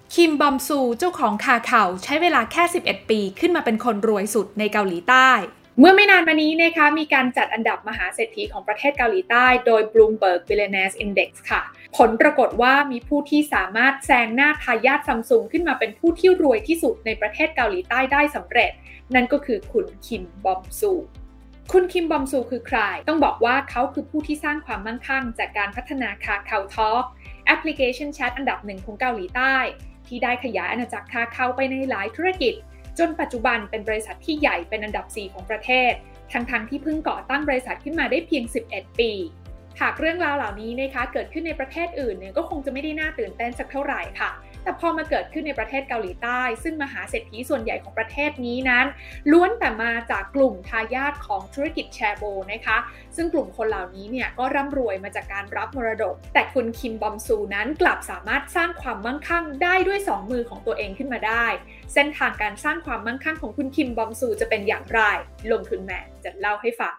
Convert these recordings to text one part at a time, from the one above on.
คิมบอมซูเจ้าของคาเคาใช้เวลาแค่11 ปีขึ้นมาเป็นคนรวยสุดในเกาหลีใต้เมื่อไม่นานมานี้นะคะมีการจัดอันดับมหาเศรษฐีของประเทศเกาหลีใต้โดย Bloomberg Billionaires Index ค่ะผลปรากฏว่ามีผู้ที่สามารถแซงหน้าทายาทซัมซุงขึ้นมาเป็นผู้ที่รวยที่สุดในประเทศเกาหลีใต้ได้สำเร็จนั่นก็คือคุณคิมบอมซูคุณคิมบอมซูคือใครต้องบอกว่าเขาคือผู้ที่สร้างความมั่งคั่งจากการพัฒนาคาเคาทอล์กแอปพลิเคชันแชทอันดับหนึ่งของเกาหลีใต้ที่ได้ขยายอาณาจักรคาเคาไปในหลายธุรกิจจนปัจจุบันเป็นบริษัทที่ใหญ่เป็นอันดับ 4 ของประเทศทั้งที่เพิ่งก่อตั้งบริษัทขึ้นมาได้เพียง 11 ปีหากเรื่องราวเหล่านี้นะคะเกิดขึ้นในประเทศอื่นเนี่ยก็คงจะไม่ได้น่าตื่นเต้นสักเท่าไหร่ค่ะแต่พอมาเกิดขึ้นในประเทศเกาหลีใต้ซึ่งมหาเศรษฐีส่วนใหญ่ของประเทศนี้นั้นล้วนแต่มาจากกลุ่มทายาทของธุรกิจแชร์โบนะคะซึ่งกลุ่มคนเหล่านี้เนี่ยก็ร่ำรวยมาจากการรับมรดกแต่คุณคิมบอมซูนั้นกลับสามารถสร้างความมั่งคั่งได้ด้วย2 มือของตัวเองขึ้นมาได้เส้นทางการสร้างความมั่งคั่งของคุณคิมบอมซูจะเป็นอย่างไรลงทุนแมนจะเล่าให้ฟัง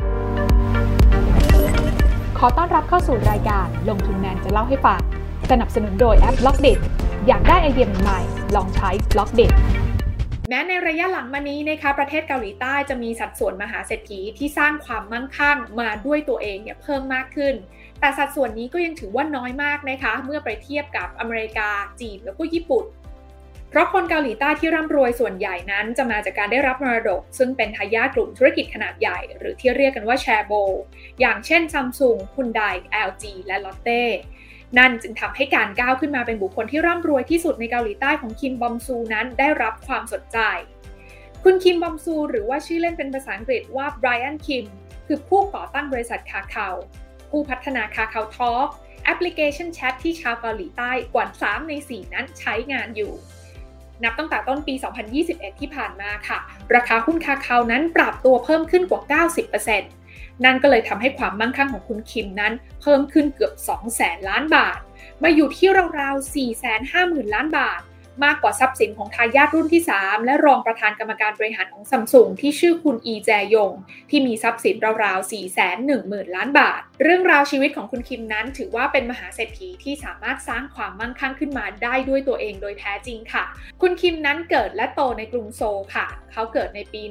ขอต้อนรับเข้าสู่รายการลงทุนแมนจะเล่าให้ฟังสนับสนุนโดยแอป Blockdit อยากได้ไอเดียใหม่ๆลองใช้ Blockdit แม้ในระยะหลังมานี้นะคะประเทศเกาหลีใต้จะมีสัดส่วนมหาเศรษฐีที่สร้างความมั่งคั่งมาด้วยตัวเองเนี่ยเพิ่มมากขึ้นแต่สัดส่วนนี้ก็ยังถือว่าน้อยมากนะคะเมื่อไปเทียบกับอเมริกาจีนแล้วก็ญี่ปุ่นเพราะคนเกาหลีใต้ที่ร่ำรวยส่วนใหญ่นั้นจะมาจากการได้รับมรดกซึ่งเป็นทายาทกลุ่มธุรกิจขนาดใหญ่หรือที่เรียกกันว่าแชร์โบอย่างเช่น Samsung, Hyundai, LG และ Lotteนั่นจึงทำให้การก้าวขึ้นมาเป็นบุคคลที่ร่ำรวยที่สุดในเกาหลีใต้ของคิมบอมซูนั้นได้รับความสนใจคุณคิมบอมซูหรือว่าชื่อเล่นเป็นภาษาอังกฤษว่าไบรอันคิมคือผู้ก่อตั้งบริษัทคาเคาผู้พัฒนาคาเคาทอล์กแอปพลิเคชันแชทที่ชาวเกาหลีใต้กว่า3 ใน 4นั้นใช้งานอยู่นับตั้งแต่ต้นปี 2021 ที่ผ่านมาค่ะราคาหุ้นคาเคานั้นปรับตัวเพิ่มขึ้นกว่า 90%นั่นก็เลยทำให้ความมั่งคั่งของคุณคิมนั้นเพิ่มขึ้นเกือบ 200,000 ล้านบาทมาอยู่ที่ราวๆ 450,000 ล้านบาทมากกว่าทรัพย์สินของทายาทรุ่นที่ 3 และรองประธานกรรมการบริหารของซัมซุงที่ชื่อคุณอีแจยงที่มีทรัพย์สินราวๆ 410,000 ล้านบาทเรื่องราวชีวิตของคุณคิมนั้นถือว่าเป็นมหาเศรษฐีที่สามารถสร้างความมั่งคั่งขึ้นมาได้ด้วยตัวเองโดยแท้จริงค่ะคุณคิมนั้นเกิดและโตในกรุงโซลค่ะเขาเกิดในปี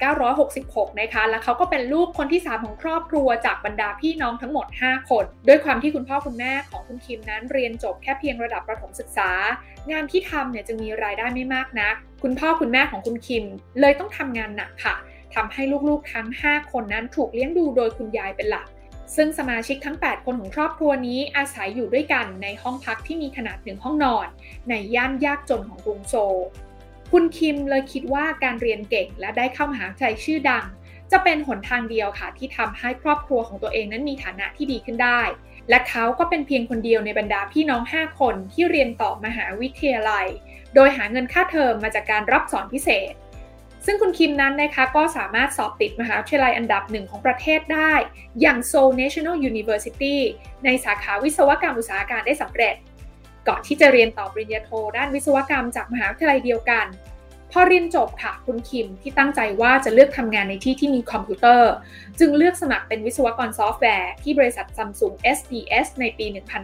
1966 นะคะและเขาก็เป็นลูกคนที่ 3 ของครอบครัวจากบรรดาพี่น้องทั้งหมด 5 คนด้วยความที่คุณพ่อคุณแม่ของคุณคิมนั้นเรียนจบแค่เพียงระดับประถมศึกษางานที่ทำจึงมีรายได้ไม่มากนักคุณพ่อคุณแม่ของคุณคิมเลยต้องทำงานหนักค่ะทำให้ลูกๆทั้ง5 คนนั้นถูกเลี้ยงดูโดยคุณยายเป็นหลักซึ่งสมาชิกทั้ง8 คนของครอบครัวนี้อาศัยอยู่ด้วยกันในห้องพักที่มีขนาด1 ห้องนอนในย่านยากจนของกรุงโซลคุณคิมเลยคิดว่าการเรียนเก่งและได้เข้ามหาวิทยาลัยชื่อดังจะเป็นหนทางเดียวค่ะที่ทำให้ครอบครัวของตัวเองนั้นมีฐานะที่ดีขึ้นได้และเขาก็เป็นเพียงคนเดียวในบรรดาพี่น้อง5 คนที่เรียนต่อมหาวิทยาลัยโดยหาเงินค่าเทอมมาจากการรับสอนพิเศษซึ่งคุณคิมนั้นนะคะก็สามารถสอบติดมหาวิทยาลัยอันดับ 1 ของประเทศได้อย่าง Seoul National University ในสาขาวิศวกรรมอุตสาหการได้สำเร็จก่อนที่จะเรียนต่อปริญญาโทด้านวิศวกรรมจากมหาวิทยาลัยเดียวกันพอเรียนจบค่ะคุณคิมที่ตั้งใจว่าจะเลือกทำงานในที่มีคอมพิวเตอร์จึงเลือกสมัครเป็นวิศวกรซอฟต์แวร์ที่บริษัท Samsung SDS ในปี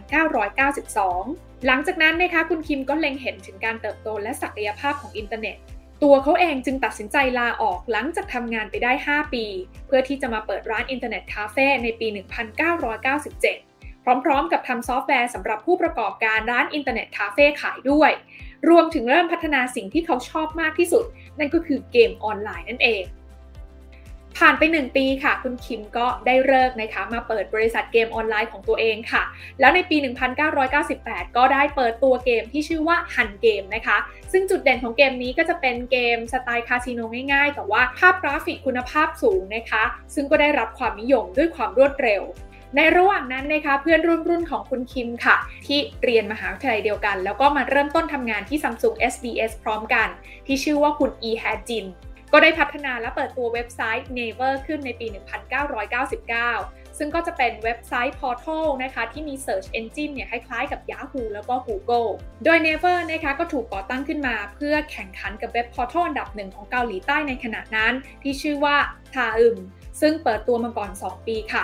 1992 หลังจากนั้นนะคะคุณคิมก็เล็งเห็นถึงการเติบโตและศักยภาพของอินเทอร์เน็ตตัวเขาเองจึงตัดสินใจลาออกหลังจากทำงานไปได้ 5 ปีเพื่อที่จะมาเปิดร้านอินเทอร์เน็ตคาเฟ่ในปี 1997 พร้อมๆกับทำซอฟต์แวร์สำหรับผู้ประกอบการร้านอินเทอร์เน็ตคาเฟ่ขายด้วยรวมถึงเริ่มพัฒนาสิ่งที่เขาชอบมากที่สุดนั่นก็คือเกมออนไลน์นั่นเองผ่านไป1 ปีค่ะคุณคิมก็ได้เลิกนะคะมาเปิดบริษัทเกมออนไลน์ของตัวเองค่ะแล้วในปี 1998 ก็ได้เปิดตัวเกมที่ชื่อว่า Hunt Game นะคะซึ่งจุดเด่นของเกมนี้ก็จะเป็นเกมสไตล์คาสิโนง่ายๆแต่ว่าภาพกราฟิกคุณภาพสูงนะคะซึ่งก็ได้รับความนิยมด้วยความรวดเร็วในระหว่างนั้นนะคะเพื่อนรุ่นของคุณคิมค่ะที่เรียนมหาวิทยาลัยเดียวกันแล้วก็มาเริ่มต้นทำงานที่ Samsung SDS พร้อมกันที่ชื่อว่าคุณอีแฮจินก็ได้พัฒนาและเปิดตัวเว็บไซต์ Naver ขึ้นในปี 1999 ซึ่งก็จะเป็นเว็บไซต์ Portal นะคะที่มี Search Engine คล้ายๆกับ Yahoo แล้วก็ Google โดย Naver นะคะก็ถูกก่อตั้งขึ้นมาเพื่อแข่งขันกับเว็บ Portal อันดับ 1 ของเกาหลีใต้ในขณะนั้นที่ชื่อว่า Taeum ซึ่งเปิดตัวมาก่อน 2 ปีค่ะ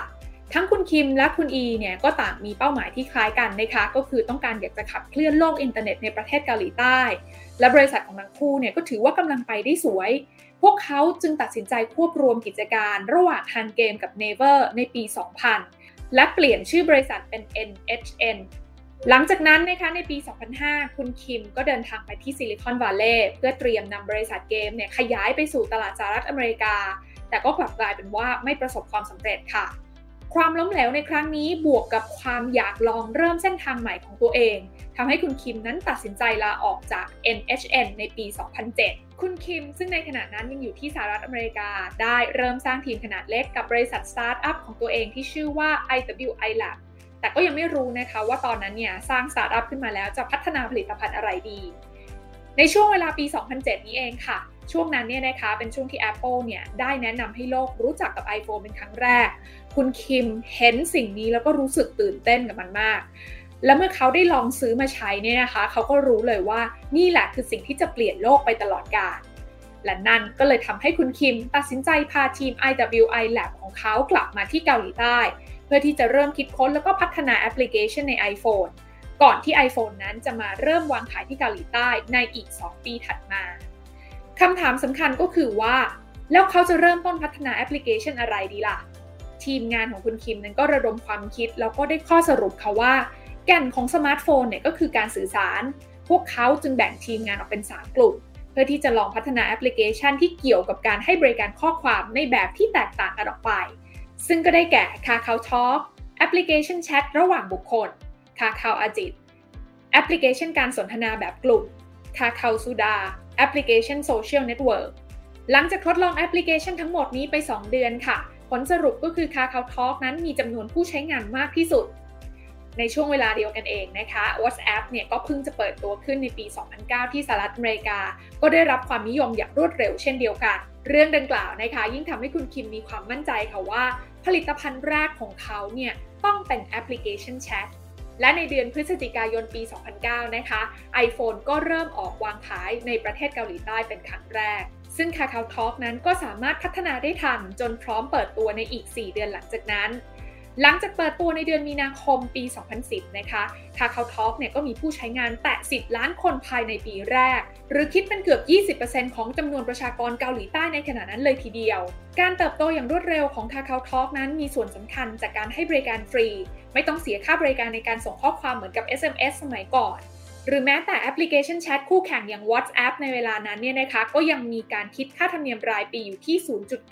ทั้งคุณคิมและคุณอีเนี่ยก็ต่างมีเป้าหมายที่คล้ายกันนะคะก็คือต้องการอยากจะขับเคลื่อนโลกอินเทอร์เน็ตในประเทศเกาหลีใต้และบริษัทของทั้งคู่เนี่ยก็ถือว่ากำลังไปได้สวยพวกเขาจึงตัดสินใจควบรวมกิจการระหว่าง Han Game กับ Naver ในปี 2000 และเปลี่ยนชื่อบริษัทเป็น NHN หลังจากนั้นนะคะในปี 2005 คุณคิมก็เดินทางไปที่ซิลิคอนวัลเลย์เพื่อเตรียมนำบริษัทเกมเนี่ยขยายไปสู่ตลาดสหรัฐอเมริกาแต่ก็กลับกลายเป็นว่าไม่ประสบความสำเร็จค่ะความล้มเหลวในครั้งนี้บวกกับความอยากลองเริ่มเส้นทางใหม่ของตัวเองทำให้คุณคิมนั้นตัดสินใจลาออกจาก NHN ในปี 2007 คุณคิมซึ่งในขณะนั้นยังอยู่ที่สหรัฐอเมริกาได้เริ่มสร้างทีมขนาดเล็กกับบริษัทสตาร์ทอัพของตัวเองที่ชื่อว่า IWI Lab แต่ก็ยังไม่รู้นะคะว่าตอนนั้นเนี่ยสร้างสตาร์ทอัพขึ้นมาแล้วจะพัฒนาผลิตภัณฑ์อะไรดีในช่วงเวลาปี 2007 นี้เองค่ะช่วงนั้นเนี่ยนะคะเป็นช่วงที่ Apple เนี่ยได้แนะนำให้โลกรู้จักกับ iPhone เป็นครั้งแรกคุณคิมเห็นสิ่งนี้แล้วก็รู้สึกตื่นเต้นกับมันมากและเมื่อเขาได้ลองซื้อมาใช้เนี่ยนะคะเขาก็รู้เลยว่านี่แหละคือสิ่งที่จะเปลี่ยนโลกไปตลอดกาลและนั่นก็เลยทำให้คุณคิมตัดสินใจพาทีม IWI Lab ของเขากลับมาที่เกาหลีใต้เพื่อที่จะเริ่มคิดค้นแล้วก็พัฒนาแอปพลิเคชันใน iPhone ก่อนที่ iPhone นั้นจะมาเริ่มวางขายที่เกาหลีใต้ในอีก 2 ปีถัดมาคำถามสำคัญก็คือว่าแล้วเขาจะเริ่มต้นพัฒนาแอปพลิเคชันอะไรดีล่ะทีมงานของคุณคิมนั้นก็ระดมความคิดแล้วก็ได้ข้อสรุปค่ะว่าแก่นของสมาร์ทโฟนเนี่ยก็คือการสื่อสารพวกเขาจึงแบ่งทีมงานออกเป็น3กลุ่มเพื่อที่จะลองพัฒนาแอปพลิเคชันที่เกี่ยวกับการให้บริการข้อความในแบบที่แตกต่างกันออกไปซึ่งก็ได้แก่ Kakao Talk แอปพลิเคชันแชทระหว่างบุคคล Kakao Ajit แอปพลิเคชันการสนทนาแบบกลุ่ม Kakao Suda แอปพลิเคชันโซเชียลเน็ตเวิร์กหลังจากทดลองแอปพลิเคชันทั้งหมดนี้ไป2 เดือนค่ะผลสรุปก็คือ Kakao Talk นั้นมีจำนวนผู้ใช้งานมากที่สุดในช่วงเวลาเดียวกันเองนะคะ WhatsApp เนี่ยก็เพิ่งจะเปิดตัวขึ้นในปี 2009 ที่สหรัฐอเมริกาก็ได้รับความนิยมอย่างรวดเร็วเช่นเดียวกันเรื่องดังกล่าวนะคะยิ่งทำให้คุณคิมมีความมั่นใจค่ะว่าผลิตภัณฑ์แรกของเขาเนี่ยต้องเป็นแอปพลิเคชันแชทและในเดือนพฤศจิกายนปี 2009 นะคะ iPhone ก็เริ่มออกวางขายในประเทศเกาหลีใต้เป็นครั้งแรกซึ่ง Kakao Talk นั้นก็สามารถพัฒนาได้ทันจนพร้อมเปิดตัวในอีก 4 เดือนหลังจากนั้นหลังจากเปิดตัวในเดือนมีนาคมปี 2010 นะคะ Kakao Talk เนี่ยก็มีผู้ใช้งานแตะ 10 ล้านคนภายในปีแรกหรือคิดเป็นเกือบ 20% ของจำนวนประชากรเกาหลีใต้ในขณะนั้นเลยทีเดียวการเติบโตอย่างรวดเร็วของ Kakao Talk นั้นมีส่วนสำคัญจากการให้บริการฟรีไม่ต้องเสียค่าบริการในการส่งข้อความเหมือนกับ SMS สมัยก่อนหรือแม้แต่แอปพลิเคชันแชทคู่แข่งอย่าง WhatsApp ในเวลานั้นเนี่ยนะคะก็ยังมีการคิดค่าธรรมเนียมรายปีอยู่ที่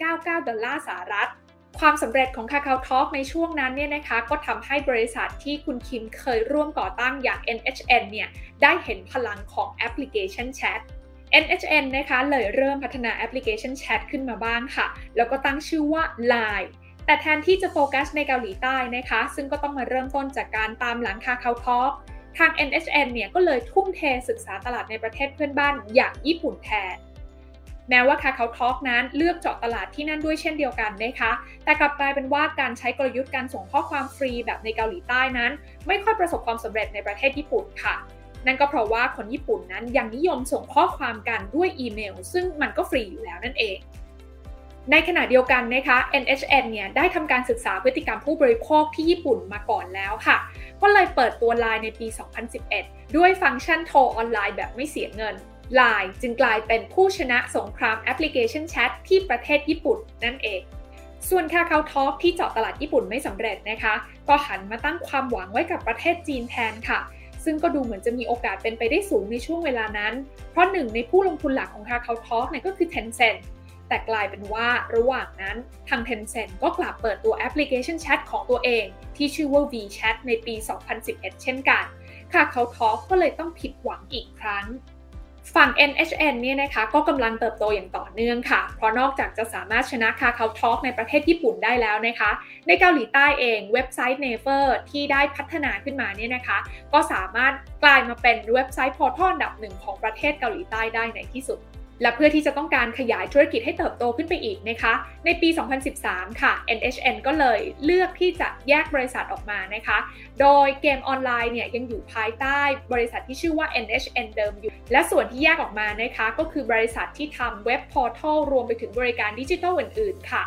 $0.99 สหรัฐความสำเร็จของ Kakao Talk ในช่วงนั้นเนี่ยนะคะก็ทำให้บริษัทที่คุณคิมเคยร่วมก่อตั้งอย่าง NHN เนี่ยได้เห็นพลังของแอปพลิเคชันแชท NHN นะคะเลยเริ่มพัฒนาแอปพลิเคชันแชทขึ้นมาบ้างค่ะแล้วก็ตั้งชื่อว่า Line แต่แทนที่จะโฟกัสในเกาหลีใต้นะคะซึ่งก็ต้องมาเริ่มต้นจากการตามหลัง Kakao Talk ทาง NHN เนี่ยก็เลยทุ่มเทศึกษาตลาดในประเทศเพื่อนบ้านอย่างญี่ปุ่นแทนแม้ว่า Kakao Talk นั้นเลือกเจาะตลาดที่นั่นด้วยเช่นเดียวกันนะคะแต่กลับกลายเป็นว่าการใช้กลยุทธ์การส่งข้อความฟรีแบบในเกาหลีใต้นั้นไม่ค่อยประสบความสำเร็จในประเทศญี่ปุ่นค่ะนั่นก็เพราะว่าคนญี่ปุ่นนั้นยังนิยมส่งข้อความกันด้วยอีเมลซึ่งมันก็ฟรีอยู่แล้วนั่นเองในขณะเดียวกันนะคะ NHN เนี่ยได้ทำการศึกษาพฤติกรรมผู้บริโภคที่ญี่ปุ่นมาก่อนแล้วค่ะก็เลยเปิดตัว Line ในปี 2011 ด้วยฟังก์ชันโทรออนไลน์แบบไม่เสียเงิน Line จึงกลายเป็นผู้ชนะสงครามแอปพลิเคชันแชทที่ประเทศญี่ปุ่นนั่นเองส่วน Kakao Talk ที่เจาะตลาดญี่ปุ่นไม่สำเร็จนะคะก็หันมาตั้งความหวังไว้กับประเทศจีนแทนค่ะซึ่งก็ดูเหมือนจะมีโอกาสเป็นไปได้สูงในช่วงเวลานั้นเพราะหนึ่งในผู้ลงทุนหลักของ Kakao Talk เนี่ยก็คือ Tencentแต่กลายเป็นว่าระหว่างนั้นทาง Tencent ก็กลับเปิดตัวแอปพลิเคชันแชทของตัวเองที่ชื่อว่า WeChat ในปี 2011 เช่นกัน Kakao Talk ก็เลยต้องผิดหวังอีกครั้งฝั่ง NHN เนี่ยนะคะก็กำลังเติบโตอย่างต่อเนื่องค่ะเพราะนอกจากจะสามารถชนะ Kakao Talk ในประเทศญี่ปุ่นได้แล้วนะคะในเกาหลีใต้เองเว็บไซต์ Naver ที่ได้พัฒนาขึ้นมาเนี่ยนะคะก็สามารถกลายมาเป็นเว็บไซต์พอร์ทัลอันดับ 1ของประเทศเกาหลีใต้ได้ในที่สุดและเพื่อที่จะต้องการขยายธุรกิจให้เติบโตขึ้นไปอีกนะคะในปี 2013 ค่ะ NHN ก็เลยเลือกที่จะแยกบริษัทออกมานะคะโดยเกมออนไลน์เนี่ยยังอยู่ภายใต้บริษัทที่ชื่อว่า NHN เดิมอยู่และส่วนที่แยกออกมานะคะก็คือบริษัทที่ทำเว็บพอร์ทัลรวมไปถึงบริการดิจิทัลอื่นๆค่ะ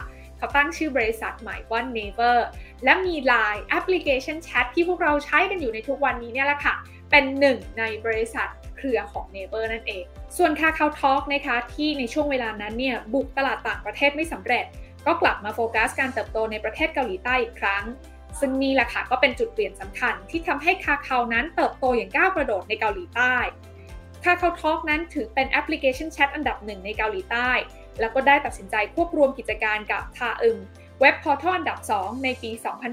เขาตั้งชื่อบริษัทใหม่ว่า Naver และมี LINE แอปพลิเคชันแชทที่พวกเราใช้กันอยู่ในทุกวันนี้เนี่ยแหละค่ะเป็นหนึ่งในบริษัทเครือของ Naver นั่นเองส่วน Kakao Talk นะคะที่ในช่วงเวลานั้นเนี่ยบุกตลาดต่างประเทศไม่สำเร็จก็กลับมาโฟกัสการเติบโตในประเทศเกาหลีใต้อีกครั้งซึ่งนี่แหละค่ะก็เป็นจุดเปลี่ยนสำคัญที่ทำให้ Kakao นั้นเติบโตอย่างก้าวกระโดดในเกาหลีใต้ Kakao Talk นั้นถือเป็นแอปพลิเคชันแชทอันดับหนึ่งในเกาหลีใต้แล้วก็ได้ตัดสินใจควบรวมกิจการกับทาเว็บพอร์ทัลอันดับ2ในปี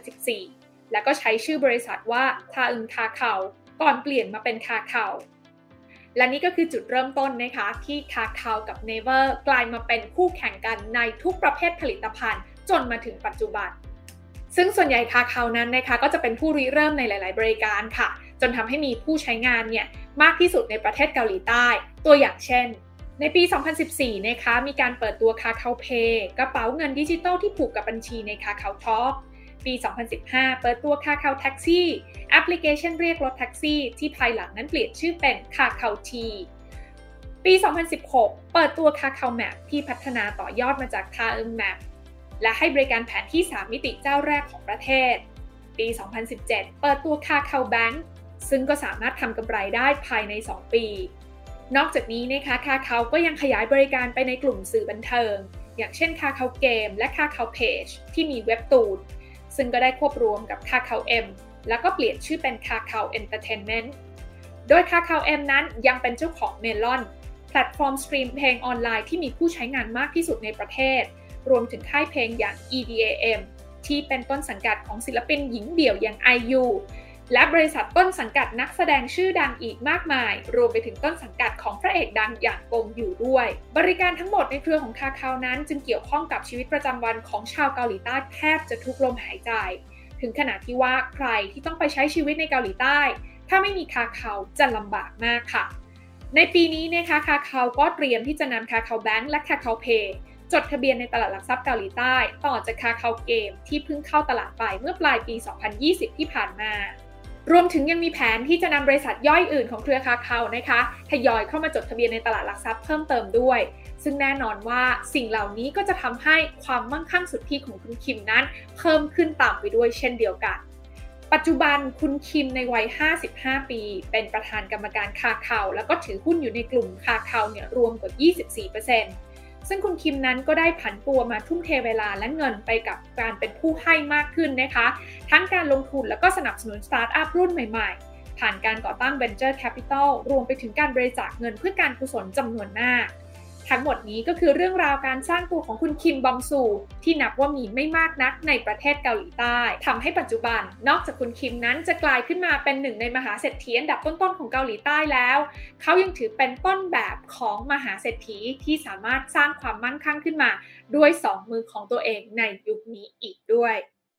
2014 แล้วก็ใช้ชื่อบริษัทว่าทาKakao ก่อนเปลี่ยนมาเป็น Kakao และนี่ก็คือจุดเริ่มต้นนะคะที่ Kakao กับ Naver กลายมาเป็นคู่แข่งกันในทุกประเภทผลิตภัณฑ์จนมาถึงปัจจุบันซึ่งส่วนใหญ่ Kakao นั้นนะคะก็จะเป็นผู้ริเริ่มในหลายๆบริการค่ะจนทำให้มีผู้ใช้งานเนี่ยมากที่สุดในประเทศเกาหลีใต้ตัวอย่างเช่นในปี 2014 นะคะมีการเปิดตัว Kakao Pay กระเป๋าเงินดิจิทัลที่ผูกกับบัญชีใน Kakao Talk ปี 2015 เปิดตัว Kakao Taxi แอปพลิเคชันเรียกรถแท็กซี่ที่ภายหลังนั้นเปลี่ยนชื่อเป็น Kakao T ปี 2016 เปิดตัว Kakao Map ที่พัฒนาต่อยอดมาจาก Taeum Map และให้บริการแผนที่ 3 มิติเจ้าแรกของประเทศปี 2017 เปิดตัว Kakao Bank ซึ่งก็สามารถทำกำไรได้ภายใน 2 ปีนอกจากนี้นะคะ Kakao ก็ยังขยายบริการไปในกลุ่มสื่อบันเทิงอย่างเช่น Kakao Game และ Kakao Page ที่มีเว็บตูนซึ่งก็ได้ควบรวมกับ Kakao M แล้วก็เปลี่ยนชื่อเป็น Kakao Entertainment โดย Kakao M นั้นยังเป็นเจ้าของ Melon แพลตฟอร์มสตรีมเพลงออนไลน์ที่มีผู้ใช้งานมากที่สุดในประเทศรวมถึงค่ายเพลงอย่าง EDAM ที่เป็นต้นสังกัดของศิลปินหญิงเดี่ยวอย่าง IUและบริษัทต้นสังกัดนักแสดงชื่อดังอีกมากมายรวมไปถึงต้นสังกัดของพระเอกดังอย่างกงยูด้วยบริการทั้งหมดในเครือของ Kakao นั้นจึงเกี่ยวข้องกับชีวิตประจำวันของชาวเกาหลีใต้แทบจะทุกลมหายใจถึงขนาดที่ว่าใครที่ต้องไปใช้ชีวิตในเกาหลีใต้ถ้าไม่มี Kakao จะลำบากมากค่ะในปีนี้นะคะ Kakao ก็เตรียมที่จะนำ Kakao Bank และ Kakao Pay จดทะเบียนในตลาดหลักทรัพย์เกาหลีใต้ต่อจาก Kakao Game ที่เพิ่งเข้าตลาดไปเมื่อปลายปี 2020 ที่ผ่านมารวมถึงยังมีแผนที่จะนำบริษัทย่อยอื่นของเครือ Kakao นะคะทยอยเข้ามาจดทะเบียนในตลาดหลักทรัพย์เพิ่มเติมด้วยซึ่งแน่นอนว่าสิ่งเหล่านี้ก็จะทำให้ความมั่งคั่งสุทธิของคุณคิมนั้นเพิ่มขึ้นตามไปด้วยเช่นเดียวกันปัจจุบันคุณคิมในวัย 55 ปีเป็นประธานกรรมการ Kakao แล้วก็ถือหุ้นอยู่ในกลุ่ม Kakao เนี่ยรวมกว่า 24%ซึ่งคุณคิมนั้นก็ได้ผันตัวมาทุ่มเทเวลาและเงินไปกับการเป็นผู้ให้มากขึ้นนะคะทั้งการลงทุนแล้วก็สนับสนุนสตาร์ทอัพรุ่นใหม่ๆผ่านการก่อตั้ง Venture Capital รวมไปถึงการบริจาคเงินเพื่อการกุศลจำนวนมากทั้งหมดนี้ก็คือเรื่องราวการสร้างตัวของคุณคิมบองซูที่นับว่ามีไม่มากนักในประเทศเกาหลีใต้ทำให้ปัจจุบันนอกจากคุณคิมนั้นจะกลายขึ้นมาเป็นหนึ่งในมหาเศรษฐีอันดับต้นๆของเกาหลีใต้แล้วเขายังถือเป็นต้นแบบของมหาเศรษฐีที่สามารถสร้างความมั่งคั่งขึ้นมาด้วย2 มือของตัวเองในยุคนี้อีกด้วย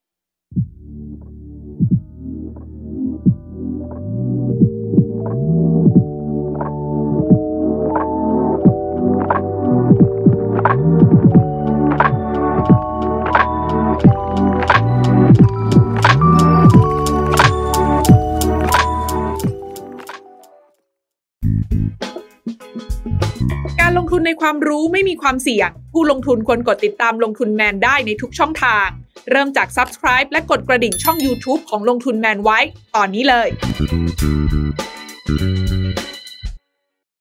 การลงทุนในความรู้ไม่มีความเสี่ยงผู้ลงทุนควรกดติดตามลงทุนแมนได้ในทุกช่องทางเริ่มจาก Subscribe และกดกระดิ่งช่อง YouTube ของลงทุนแมนไว้ตอนนี้เลย